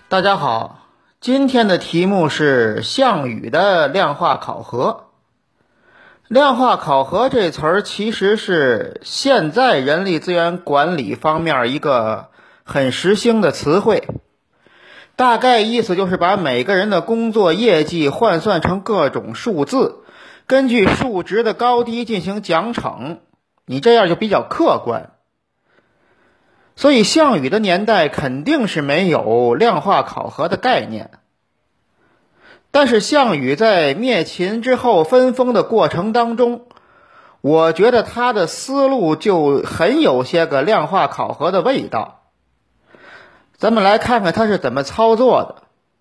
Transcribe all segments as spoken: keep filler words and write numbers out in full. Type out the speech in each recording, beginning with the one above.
大家好，今天的题目是项羽的量化考核。量化考核这词儿其实是现在人力资源管理方面一个很时兴的词汇，大概意思就是把每个人的工作业绩换算成各种数字，根据数值的高低进行奖惩，你这样就比较客观。所以项羽的年代肯定是没有量化考核的概念，但是项羽在灭秦之后分封的过程当中，我觉得他的思路就很有些个量化考核的味道。咱们来看看他是怎么操作的。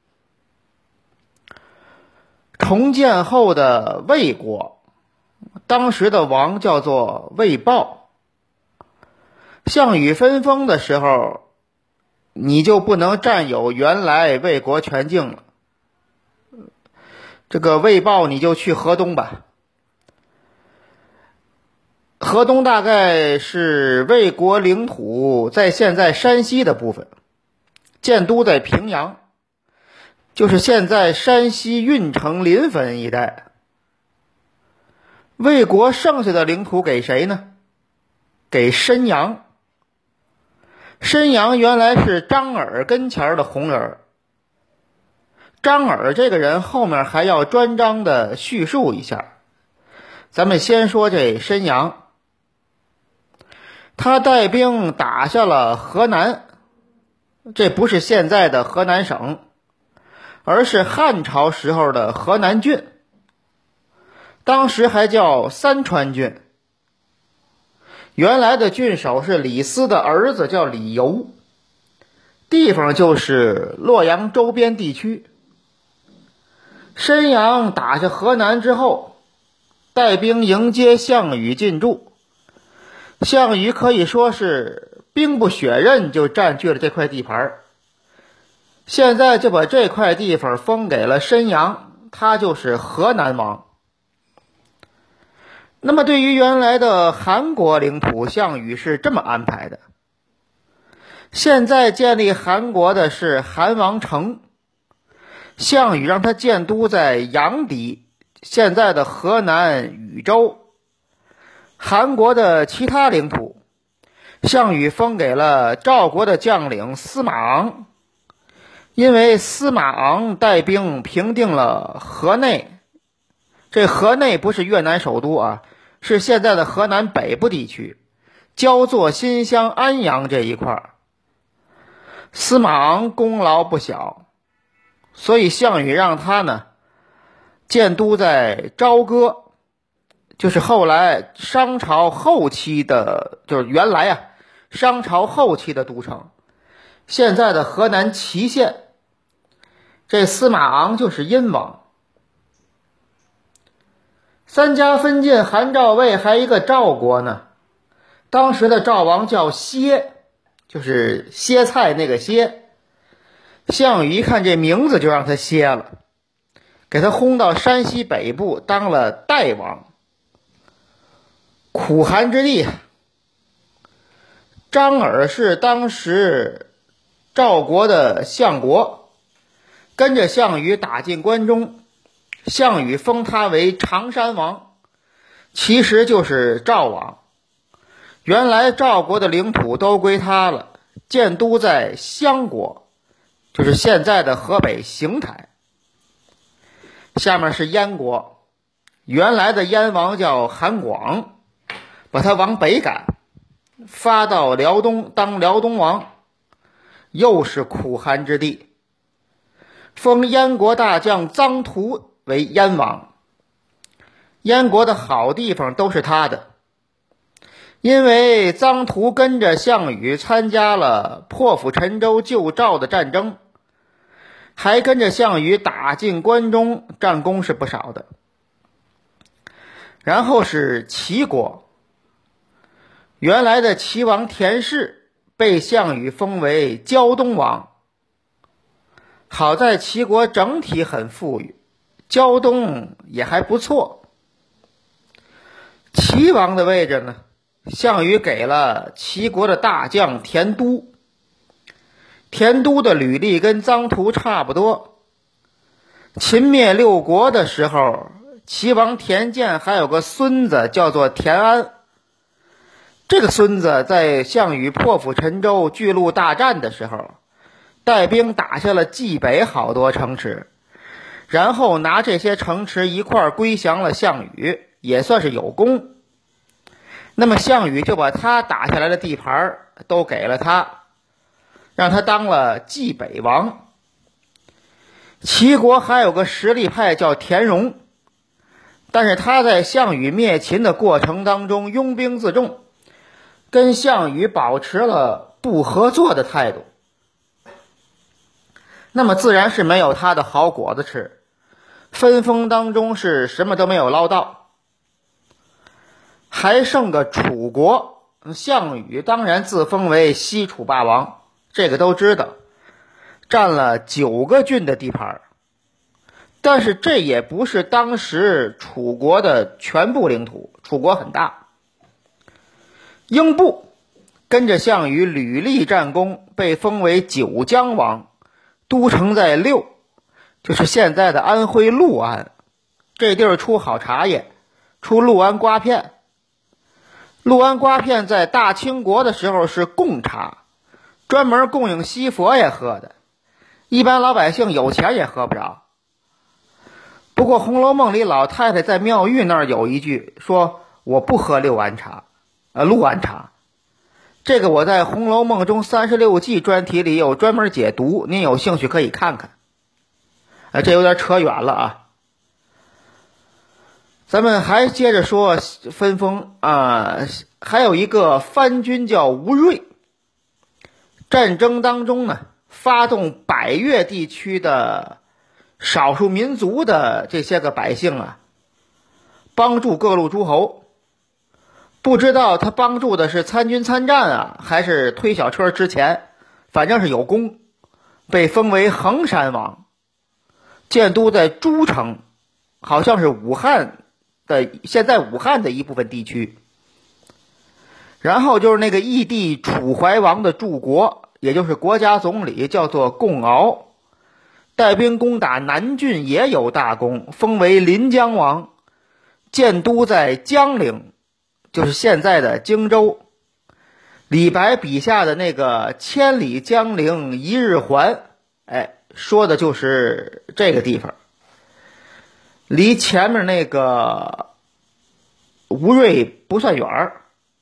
重建后的魏国，当时的王叫做魏豹。项羽分封的时候，你就不能占有原来魏国全境了。这个魏豹你就去河东吧。河东大概是魏国领土在现在山西的部分，建都在平阳，就是现在山西运城临汾一带。魏国剩下的领土给谁呢？给申阳。申阳原来是张耳跟前的红人，张耳这个人后面还要专章的叙述一下。咱们先说这申阳，他带兵打下了河南，这不是现在的河南省，而是汉朝时候的河南郡，当时还叫三川郡。原来的郡守是李斯的儿子，叫李由，地方就是洛阳周边地区。申阳打下河南之后，带兵迎接项羽进驻，项羽可以说是兵不血刃就占据了这块地盘，现在就把这块地方封给了申阳，他就是河南王。那么对于原来的韩国领土，项羽是这么安排的。现在建立韩国的是韩王成，项羽让他建都在阳翟，现在的河南禹州。韩国的其他领土，项羽封给了赵国的将领司马昂，因为司马昂带兵平定了河内，这河内不是越南首都啊，是现在的河南北部地区，焦作、新乡、安阳这一块。司马昂功劳不小，所以项羽让他呢建都在朝歌，就是后来商朝后期的，就是原来啊商朝后期的都城，现在的河南淇县。这司马昂就是殷王。三家分晋，韩赵魏还一个赵国呢，当时的赵王叫歇，就是歇菜那个歇。项羽一看这名字就让他歇了，给他轰到山西北部当了代王。苦寒之地，张耳是当时赵国的相国，跟着项羽打进关中，项羽封他为常山王，其实就是赵王。原来赵国的领土都归他了，建都在襄国，就是现在的河北邢台。下面是燕国，原来的燕王叫韩广，把他往北赶，发到辽东当辽东王，又是苦寒之地，封燕国大将臧荼为燕王。燕国的好地方都是他的，因为臧荼跟着项羽参加了破釜沉舟救赵的战争，还跟着项羽打进关中，战功是不少的。然后是齐国，原来的齐王田氏被项羽封为胶东王。好在齐国整体很富裕，胶东也还不错。齐王的位置呢，项羽给了齐国的大将田都， 田都的履历跟臧荼差不多。秦灭六国的时候，齐王田建还有个孙子叫做田安。这个孙子在项羽破釜沉舟、巨鹿大战的时候，带兵打下了冀北好多城池，然后拿这些城池一块归降了项羽，也算是有功。那么项羽就把他打下来的地盘都给了他，让他当了冀北王。齐国还有个实力派叫田荣，但是他在项羽灭秦的过程当中拥兵自重，跟项羽保持了不合作的态度，那么自然是没有他的好果子吃，分封当中是什么都没有捞到。还剩个楚国，项羽当然自封为西楚霸王，这个都知道，占了九个郡的地盘，但是这也不是当时楚国的全部领土，楚国很大。英布跟着项羽屡立战功，被封为九江王，都城在六，就是现在的安徽六安，这地儿出好茶叶，出六安瓜片。六安瓜片在大清国的时候是贡茶，专门供应西佛爷喝的，一般老百姓有钱也喝不着。不过《红楼梦》里老太太在妙玉那儿有一句说，我不喝六安茶，呃，六安茶。这个我在《红楼梦》中三十六计专题里有专门解读，您有兴趣可以看看。呃，这有点扯远了啊。咱们还接着说分封啊，还有一个藩军叫吴瑞。战争当中呢，发动百越地区的少数民族的这些个百姓啊，帮助各路诸侯。不知道他帮助的是参军参战啊，还是推小车之前，反正是有功，被封为衡山王，建都在诸城，好像是武汉的现在武汉的一部分地区。然后就是那个义帝楚怀王的柱国，也就是国家总理，叫做贡敖，带兵攻打南郡也有大功，封为临江王，建都在江陵，就是现在的荆州。李白笔下的那个千里江陵一日还，哎，说的就是这个地方。离前面那个吴瑞不算远儿。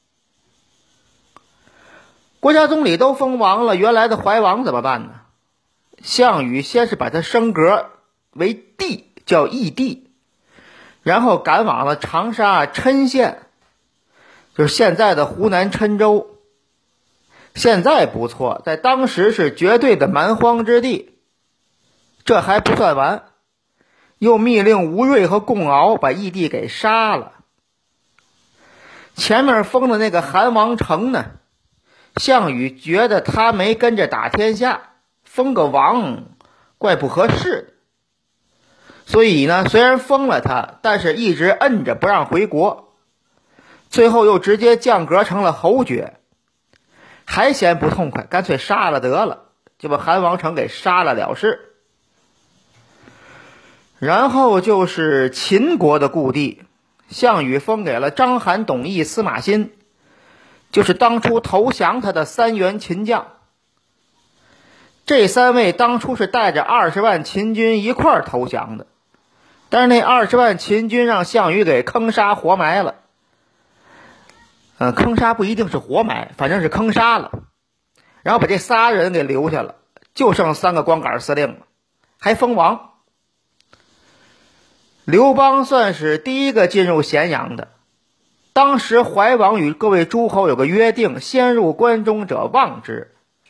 国家总理都封王了，原来的怀王怎么办呢？项羽先是把他升格为帝，叫义帝，然后赶往了长沙郴县，就是现在的湖南郴州。现在不错，在当时是绝对的蛮荒之地。这还不算完，又密令吴瑞和贡敖把义帝给杀了。前面封的那个韩王成呢，项羽觉得他没跟着打天下，封个王怪不合适的，所以呢，虽然封了他，但是一直摁着不让回国，最后又直接降格成了侯爵，还嫌不痛快，干脆杀了得了，就把韩王成给杀了了事。然后就是秦国的故地，项羽封给了章邯、董翳、司马欣，就是当初投降他的三员秦将。这三位当初是带着二十万秦军一块儿投降的，但是那二十万秦军让项羽给坑杀活埋了。呃，坑杀不一定是活埋，反正是坑杀了，然后把这仨人给留下了，就剩三个光杆司令了，还封王。刘邦算是第一个进入咸阳的。当时怀王与各位诸侯有个约定，先入关中者望之。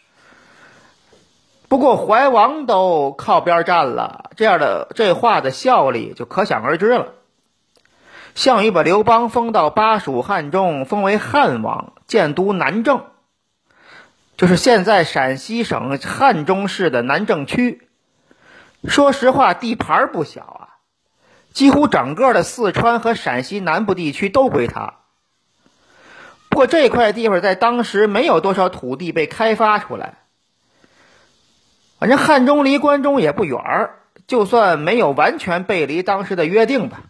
不过怀王都靠边站了，这样的这话的效力就可想而知了。项羽把刘邦封到巴蜀汉中，封为汉王，建都南郑，就是现在陕西省汉中市的南郑区。说实话，地盘不小啊，几乎整个的四川和陕西南部地区都归他。不过这块地方在当时没有多少土地被开发出来， 反正汉中离关中也不远儿，就算没有完全背离当时的约定吧。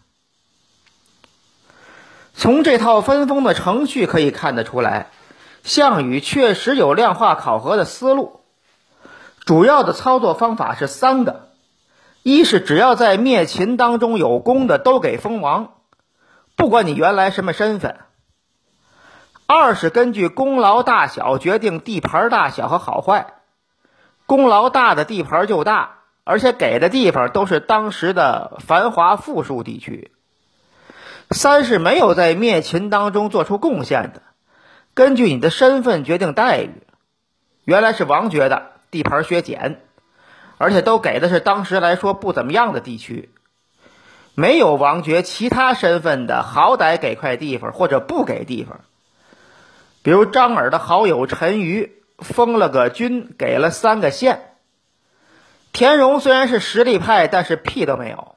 从这套分封的程序可以看得出来，项羽确实有量化考核的思路。主要的操作方法是三个：一是只要在灭秦当中有功的都给封王，不管你原来什么身份；二是根据功劳大小决定地盘大小和好坏，功劳大的地盘就大，而且给的地方都是当时的繁华富庶地区；三是没有在灭秦当中做出贡献的，根据你的身份决定待遇，原来是王爵的地盘削减，而且都给的是当时来说不怎么样的地区；没有王爵其他身份的，好歹给块地方或者不给地方。比如张耳的好友陈馀封了个军，给了三个县。田荣虽然是实力派，但是屁都没有。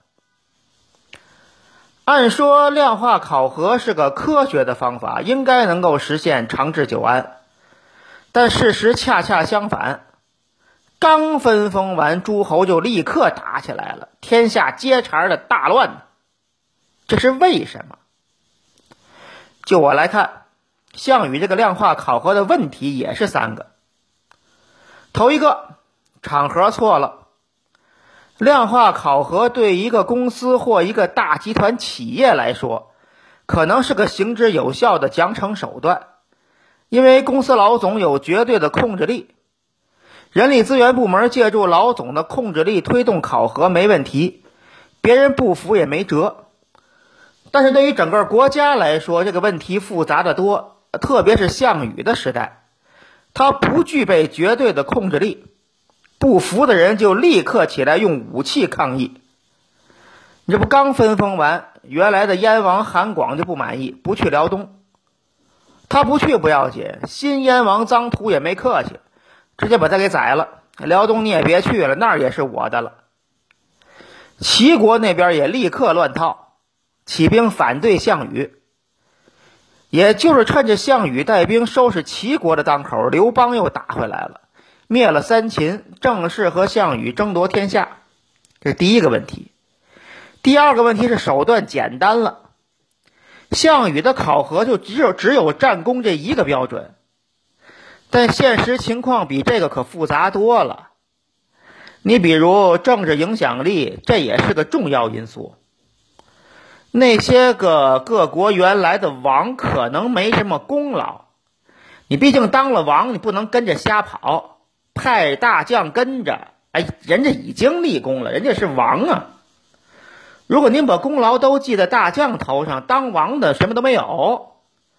按说量化考核是个科学的方法，应该能够实现长治久安，但事实恰恰相反。刚分封完，诸侯就立刻打起来了，天下接茬的大乱。这是为什么？就我来看，项羽这个量化考核的问题也是三个。头一个，场合错了。量化考核对一个公司或一个大集团企业来说，可能是个行之有效的奖惩手段，因为公司老总有绝对的控制力，人力资源部门借助老总的控制力推动考核没问题，别人不服也没辙。但是对于整个国家来说，这个问题复杂的多，特别是项羽的时代，他不具备绝对的控制力，不服的人就立刻起来用武器抗议。你这不刚分封完，原来的燕王韩广就不满意，不去辽东。他不去不要紧，新燕王臧荼也没客气，直接把他给宰了。辽东你也别去了，那儿也是我的了。齐国那边也立刻乱套，起兵反对项羽。也就是趁着项羽带兵收拾齐国的当口，刘邦又打回来了，灭了三秦，正式和项羽争夺天下。这是第一个问题。第二个问题是手段简单了，项羽的考核就只有只有战功这一个标准，但现实情况比这个可复杂多了。你比如政治影响力，这也是个重要因素。那些个各国原来的王可能没什么功劳，你毕竟当了王，你不能跟着瞎跑，派大将跟着，哎，人家已经立功了，人家是王啊。如果您把功劳都记在大将头上，当王的什么都没有，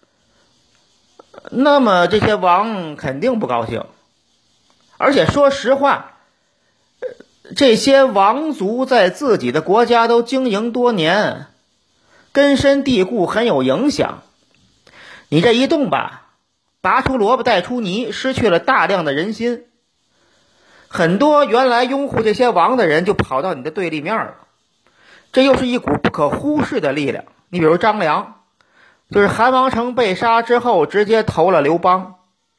那么这些王肯定不高兴。而且说实话，这些王族在自己的国家都经营多年，根深蒂固，很有影响。你这一动吧，拔出萝卜带出泥，失去了大量的人心。很多原来拥护这些王的人就跑到你的对立面了，这又是一股不可忽视的力量。你比如张良，就是韩王成被杀之后直接投了刘邦。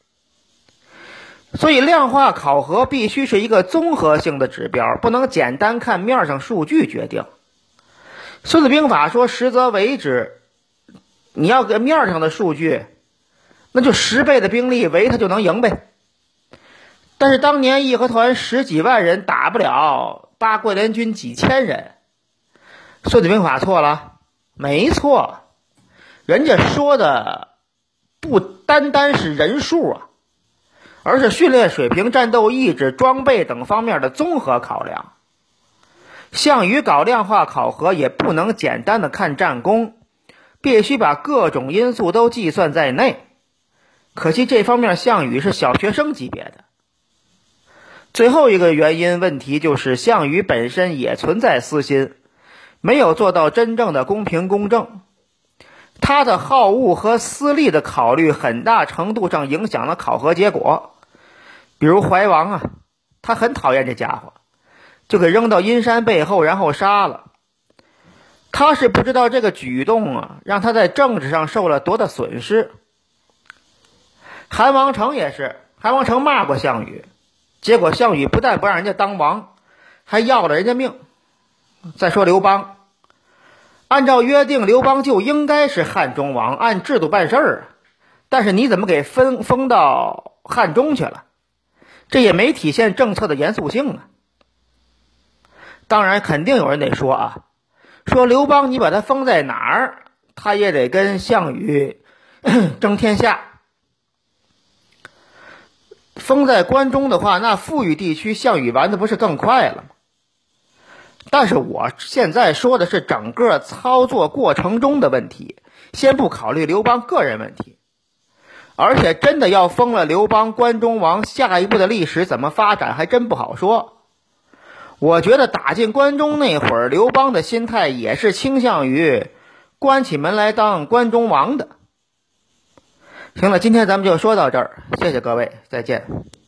所以量化考核必须是一个综合性的指标，不能简单看面上数据决定。孙子兵法说实则为之，你要个面上的数据，那就十倍的兵力围他就能赢呗。但是当年义和团十几万人打不了八国联军几千人，孙子兵法错了？没错，人家说的不单单是人数啊，而是训练水平、战斗意志、装备等方面的综合考量。项羽搞量化考核也不能简单的看战功，必须把各种因素都计算在内。可惜这方面项羽是小学生级别的。最后一个原因问题就是项羽本身也存在私心，没有做到真正的公平公正。他的好恶和私利的考虑很大程度上影响了考核结果。比如怀王啊，他很讨厌这家伙，就给扔到阴山背后然后杀了。他是不知道这个举动啊，让他在政治上受了多大损失。韩王成也是，韩王成骂过项羽， 结果项羽不但不让人家当王，还要了人家命。再说刘邦，按照约定，刘邦就应该是汉中王，按制度办事儿啊。但是你怎么给分封到汉中去了？这也没体现政策的严肃性啊。当然肯定有人得说啊，说刘邦你把他封在哪儿，他也得跟项羽争天下。封在关中的话，那富裕地区项羽玩的不是更快了吗？但是我现在说的是整个操作过程中的问题，先不考虑刘邦个人问题。而且真的要封了刘邦关中王，下一步的历史怎么发展还真不好说。我觉得打进关中那会儿，刘邦的心态也是倾向于关起门来当关中王的。行了，今天咱们就说到这儿，谢谢各位，再见。